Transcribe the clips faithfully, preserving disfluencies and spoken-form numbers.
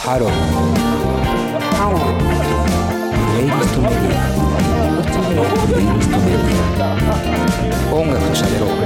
ハロー。ハロー。プレイリストメディア。プレイリストメディア。音楽と喋ろう。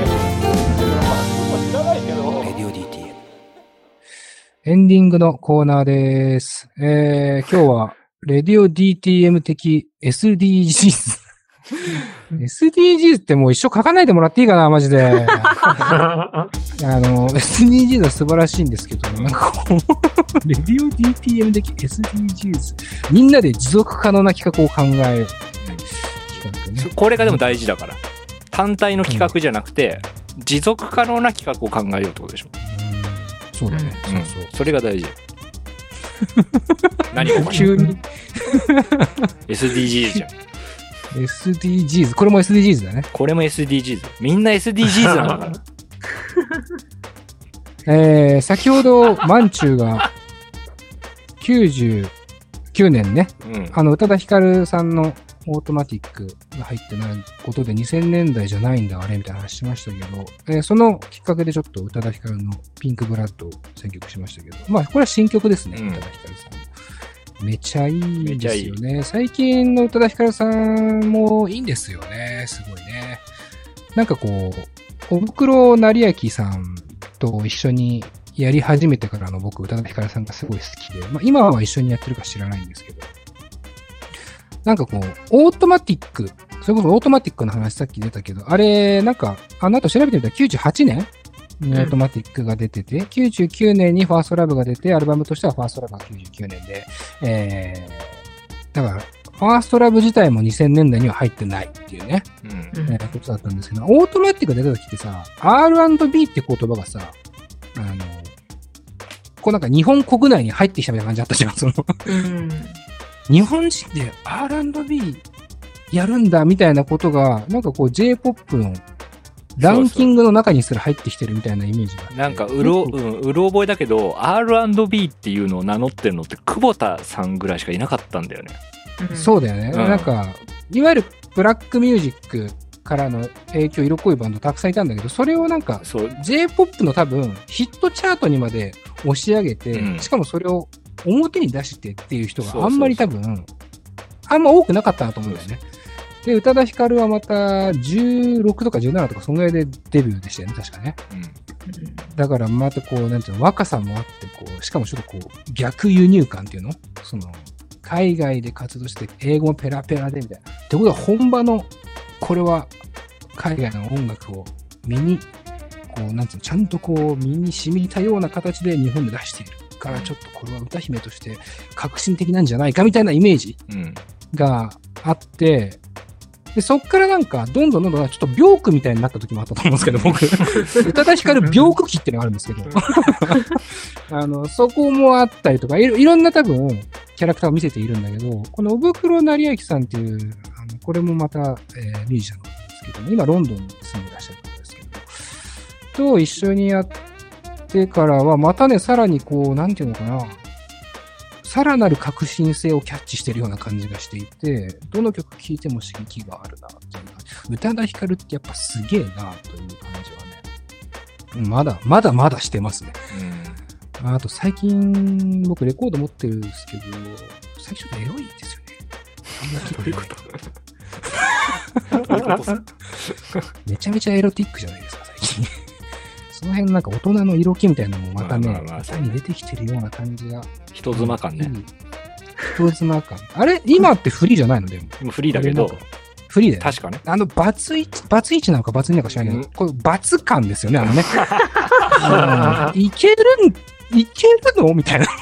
レディオ ディーティーエム。エンディングのコーナーです。えー、今日はレディオ ディーティーエム 的 エスディージーズ。エスディージーズ ってもう一生書かないでもらっていいかな、マジで。あの、エスディージーズ は素晴らしいんですけど、なんかこう、レディオ ディーティーエム 的 エスディージーズ。みんなで持続可能な企画を考える。 企画ね。これがでも大事だから。単体の企画じゃなくて、うん、持続可能な企画を考えようってことでしょ。 うん、そうだね。うん、そうそう。 それが大事。何が急にエスディージーズ じゃん。 エスディージーズ。これも エスディージーズ だね。 これも エスディージーズ。みんな エスディージーズ なんだから。 えー、先ほど、マンチューが、きゅうじゅうきゅうねんね。うん、あの、宇多田ヒカルさんのオートマティックが入ってないことでにせんねんだいじゃないんだ、あれみたいな話しましたけど、えー、そのきっかけでちょっと宇多田ヒカルのピンクブラッドを選曲しましたけど、まあ、これは新曲ですね、宇多田ヒカルさん。めちゃいいですよね。いい最近の宇多田ヒカルさんもいいんですよね。すごいね。なんかこう、おぶくろなりあきさんと一緒にやり始めてからの僕、宇多田ヒカルさんがすごい好きで、まあ今は一緒にやってるか知らないんですけど、なんかこう、オートマティック、それこそオートマティックの話さっき出たけど、あれ、なんか、あの後調べてみたらきゅうじゅうはちねんにオートマティックが出てて、うん、きゅうじゅうきゅうねんにファーストラブが出て、アルバムとしてはファーストラブがきゅうじゅうきゅうねんで、えー、だから、ファーストラブ自体もにせんねんだいには入ってないっていうね、うんえー、ことだったんですけど、オートマティックが出た時ってさ、アールアンドビー って言葉がさ、あの、こうなんか日本国内に入ってきたみたいな感じだったじゃん、その、うん。日本人で アールアンドビー やるんだみたいなことが、なんかこう J-ポップ のランキングの中にすら入ってきてるみたいなイメージがあって。 なんかうろ、うん、うろ覚えだけど アールアンドビー っていうのを名乗ってるのって久保田さんぐらいしかいなかったんだよね。 うん、そうだよね、うん、なんかいわゆるブラックミュージックからの影響色濃いバンドたくさんいたんだけど、それをなんか J-ポップ の多分ヒットチャートにまで押し上げて、うん、しかもそれを表に出してっていう人があんまり多分そうそうそうあんま多くなかったなと思うんだよね。で、宇多田ヒカルはまたじゅうろくとかじゅうななとかそのぐらいでデビューでしたよね、確かね。うん、だからまたこう、なんていうの、若さもあって、こう、しかもちょっとこう、逆輸入感っていうのその、海外で活動して英語もペラペラでみたいな。ってことは本場の、これは海外の音楽を身に、こう、なんていうの、ちゃんとこう、身に染みたような形で日本で出しているから、ちょっとこれは歌姫として革新的なんじゃないかみたいなイメージがあって、で、そっからなんか、どんどんどんどん、ちょっと病句みたいになった時もあったと思うんですけど、僕。宇多田ヒカル病句期っていうのがあるんですけど。あの、そこもあったりとか、いろ、いろんな多分、キャラクターを見せているんだけど、このおぶくろなりあきさんっていう、あの、これもまた、えー、ミュージシャンなんですけど、今ロンドンに住んでらっしゃる方ですけど、と一緒にやってからは、またね、さらにこう、なんていうのかな、さらなる革新性をキャッチしてるような感じがしていて、どの曲聴いても刺激があるなっていう感じ。宇多田ヒカルってやっぱすげえなという感じはね、まだ、まだまだしてますね。うん、あと最近、僕レコード持ってるんですけど、最初エロいですよね。あんな聞こえること。めちゃめちゃエロティックじゃないですか、最近。その辺なんか大人の色気みたいなのもまたね、まあまあまあ歌に出てきてるような感じが。 人妻感ね。 人妻感。あれ今ってフリーじゃないのでも。 今フリーだけど。 フリーだよ、ね。 確かね。 あの、バツイチ、バツイチなのかバツイチなのか知らないけど、うん、これバツ感ですよね、あのね。いけるん、いけるのみたいな。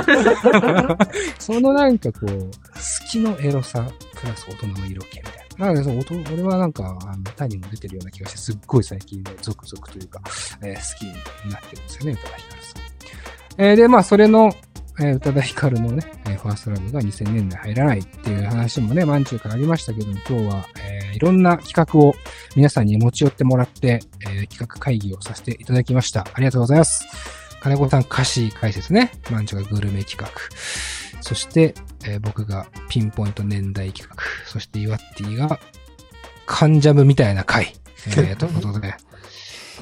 そのなんかこう、好きのエロさ、プラス大人の色気みたいな。なので、その俺はなんか、あの、タにも出てるような気がして、すっごい最近ね、続々というか、えー、好きになってるんですよね、宇多田ヒカルさん。えー、で、まあ、それの、えー、宇多田ヒカルのね、えー、ファーストラブがにせんねんだい入らないっていう話もね、満中からありましたけども、今日は、えー、いろんな企画を皆さんに持ち寄ってもらって、えー、企画会議をさせていただきました。ありがとうございます。金子さん歌詞解説ね、満中がグルメ企画。そして、えー、僕がピンポイント年代企画。そして、イワッティが、カンジャムみたいな回。えー、ということで。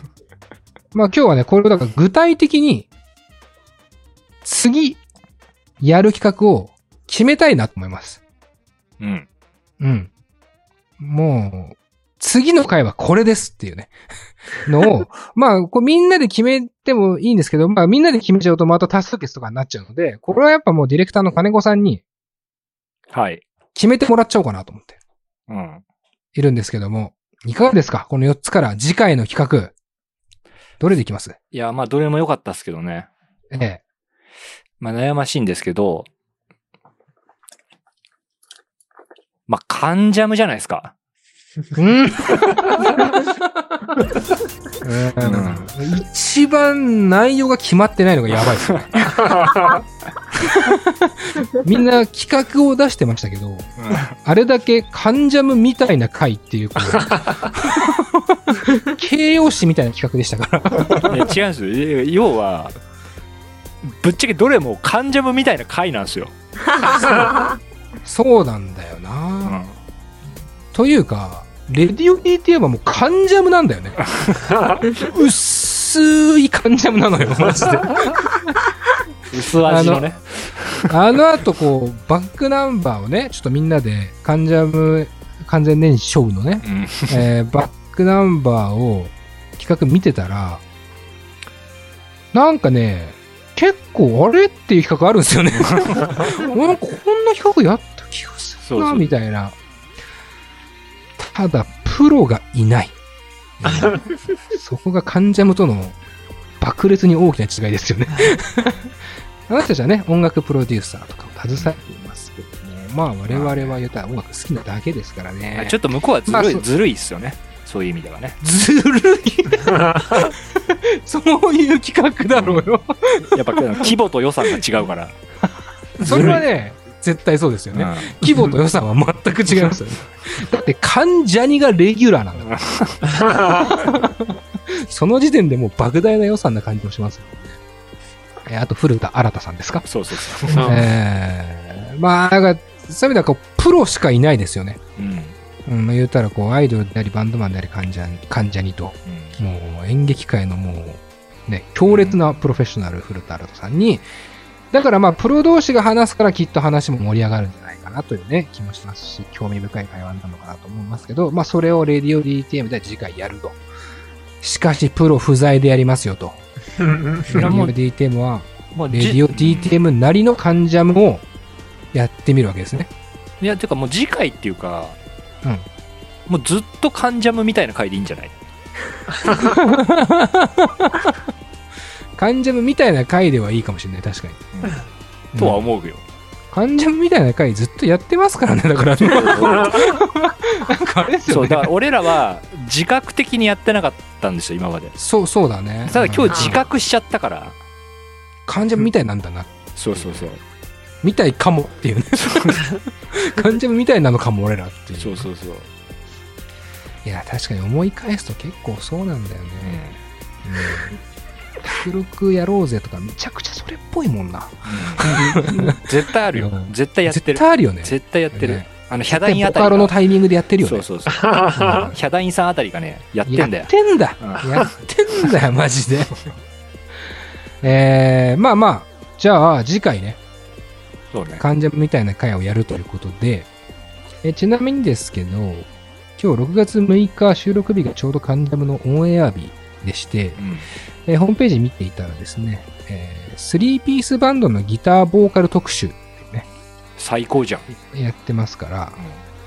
まあ今日はね、これをだから具体的に、次、 やる企画を決めたいなと思います。 うん。 うん。もう、次の回はこれですっていうね。のを、まあ、こうみんなで決めてもいいんですけど、まあみんなで決めちゃうとまた多数決とかになっちゃうので、これはやっぱもうディレクターの金子さんに、 はい。 決めてもらっちゃおうかなと思って。 うん。 いるんですけども、いかがですかこのよっつから次回の企画。どれでいきます？ いや、まあどれも良かったっすけどね。 ええ。 まあ悩ましいんですけど、まあカンジャムじゃないですか。 うん、うん、一番内容が決まってないのがやばいですね。みんな企画を出してましたけど、うん、あれだけカンジャムみたいな回っていう、形容詞みたいな企画でしたから。 いや違うんですよ。要は、ぶっちゃけどれもカンジャムみたいな回なんですよ。 そうなんだよな、うん、というか、レディオ ディーティーエム はもうカンジャムなんだよね。薄いカンジャムなのよ、マジで。 薄味のね。 あの後こう、バックナンバーをね、ちょっとみんなでカンジャム完全燃焼のね、うんえー、バックナンバーを企画見てたら、なんかね、結構あれっていう企画あるんですよね。なんかこんな企画やった気がするな、みたいな。ただ、プロがいない。そこがカンジャムとの爆裂に大きな違いですよね。あなたたちはね、音楽プロデューサーとかを携えていますけどね。まあ我々は言ったら音楽好きなだけですからね。 ちょっと向こうはずるい、まあ、ずるいっすよね。そういう意味ではね。 ずるいそういう企画だろうよ。 やっぱ規模と予算が違うから。 それはね、絶対そうですよね、うん。規模と予算は全く違いますよね。だって関ジャニがレギュラーなんだから。その時点でもう莫大な予算な感じもしますよね。えー、あと古田新太さんですか？ そうそうそう。 えー、まあなんかそういう意味ではこうプロしかいないですよね。うん。うん、言うたらこうアイドルでありバンドマンであり関ジャニ、関ジャニと、うん、もう演劇界のもうね強烈なプロフェッショナル古田新太さんに。だからまあプロ同士が話すからきっと話も盛り上がるんじゃないかなというね気もしますし、興味深い会話なのかなと思いますけど、まあそれをレディオ ディーティーエム で次回やると。しかしプロ不在でやりますよと。レディオ ディーティーエム はレディオ ディーティーエム なりのカンジャムをやってみるわけですね。 いやてかもう次回っていうか、 うん、 もうずっとカンジャムみたいな回でいいんじゃない？ カンジャムみたいな回ではいいかもしれない、確かに、 うん、とは思うよ。 カンジャムみたいな回ずっとやってますからね、だからね。なんかあれですよね。 そうだから俺らは自覚的にやってなかったんですよ今まで。 そうそうだね。 ただ今日自覚しちゃったから、 カンジャムみたいなんだな、うん、 そうそうそうみたいかもっていうね。カンジャムみたいなのかも俺らっていう。 そうそうそう。 いや確かに思い返すと結構そうなんだよね。うんうん卓録やろうぜとかめちゃくちゃそれっぽいもんな、 うん、絶対あるよ、うん、絶対やってる、 絶対あるよね、 絶対やってる、ね、あのヒャダインあたりボカロのタイミングでやってるよね。 そうそうそう、うん、ヒャダインさんあたりがねやってんだよ、 やってんだ、うん、やってんだよマジで。えー、まあまあじゃあ次回ね、 そうね、 関ジャムみたいな回をやるということで、えちなみにですけど今日ろくがつむいか収録日がちょうど関ジャムのオンエア日でして、うんえー、ホームページ見ていたらですね、えー、スリーピースバンドのギターボーカル特集っていうね、 最高じゃんやってますから、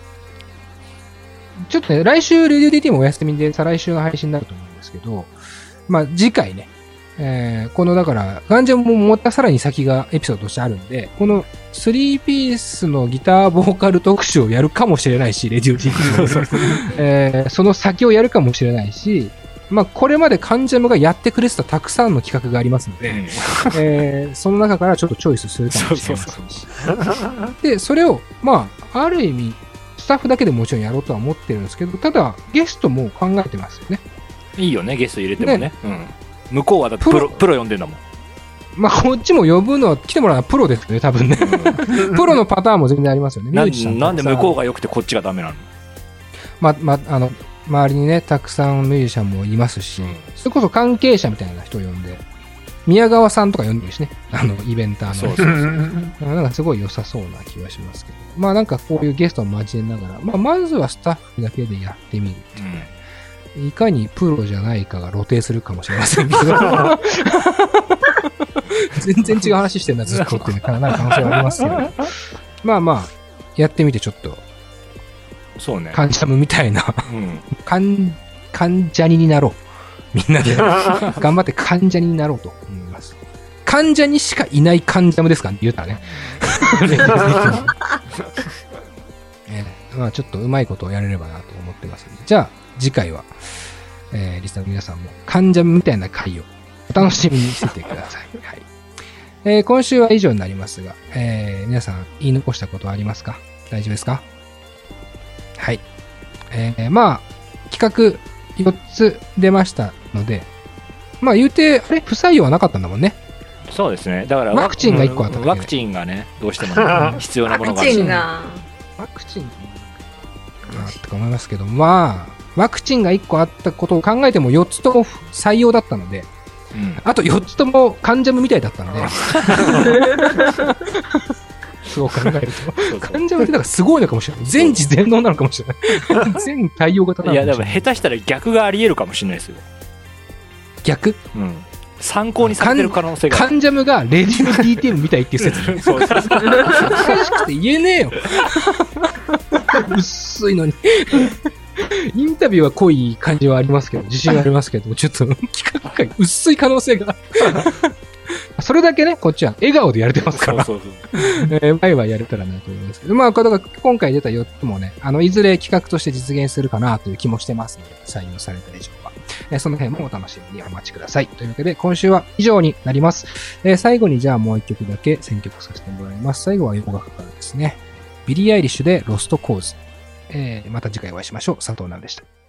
うん、ちょっとね来週レディオ ディーティー もお休みで再来週の配信になると思うんですけど、まあ次回ね、えー、このだからガンジャムもまたさらに先がエピソードとしてあるんで、このスリーピースのギターボーカル特集をやるかもしれないし、レディオ ディーティー えー、その先をやるかもしれないし、まあ、これまでカンジャムがやってくれてたたくさんの企画がありますので、うんえー、その中からちょっとチョイスするかもしれませんし。で、それを、まあ、ある意味、スタッフだけでもちろんやろうとは思ってるんですけど、ただ、ゲストも考えてますよね。 いいよね、ゲスト入れてもね。ねうん、向こうはだってプロ、プロ呼んでんだもん。 まあ、こっちも呼ぶのは、来てもらうのはプロですよね、多分ね。プロのパターンも全然ありますよね。 な, なんで向こうが良くてこっちがダメなの？ ま、ま、あの、周りにねたくさんミュージシャンもいますし、うん、それこそ関係者みたいな人を呼んで宮川さんとか呼んでるしね。あの、イベンターの。 そうそうそう。 なんかすごい良さそうな気がしますけど。まあなんかこういうゲストを交えながら、まあまずはスタッフだけでやってみるっていうね。うん、いかにプロじゃないかが露呈するかもしれませんけど。全然違う話してんな、ずっとっていうかなる可能性はありますけど。まあまあ、やってみてちょっと。 そうね。 カンジャムみたいな。 うん。 カン、カンジャニになろう。みんなで頑張って患者になろうと思います。患者にしかいない患者もですかね、言うたらね。えー、まあちょっとうまいことをやれればなと思ってますので。じゃあ次回は、えー、リスナーの皆さんも患者みたいな回をお楽しみにしててください。はい。えー、今週は以上になりますが、えー、皆さん言い残したことはありますか？大丈夫ですか？はい。えー、まあ企画よっつ出ましたので、まあ言うて、あれ不採用はなかったんだもんね。 そうですね。だからワクチンがいっこあっただけで。 ワクチンがね、どうしても、ね、必要なものがある。 ワクチンが。 ワクチンがあったと思いますけど、まあ、ワクチンがいっこあったことを考えてもよっつとも採用だったので、うん、あとよっつともカンジャムみたいだったので、そう考えると、カンジャムってだからすごいのかもしれない。全知全能なのかもしれない。全対応型なのかもしれない。いや、でも下手したら逆があり得るかもしれないですよ。 逆？ うん。参考にされてる可能性が。 カンジャムがレディの ディーティーエム みたいっていう説。そうそうそう。難しくて言えねえよ。薄いのに。インタビューは濃い感じはありますけど、自信はありますけど、ちょっと企画会薄い可能性が。それだけね、こっちは笑顔でやれてますから。そうそうそう。えー、ワイワイやれたらなと思いますけど。まあ、今回出たよっつもね、あの、いずれ企画として実現するかなという気もしてますので、採用された以上は。えー、その辺もお楽しみにお待ちください。というわけで、今週は以上になります。えー、最後にじゃあもう一曲だけ選曲させてもらいます。最後は洋楽からですね。ビリー・アイリッシュでロスト・コーズ。えー、また次回お会いしましょう。佐藤直でした。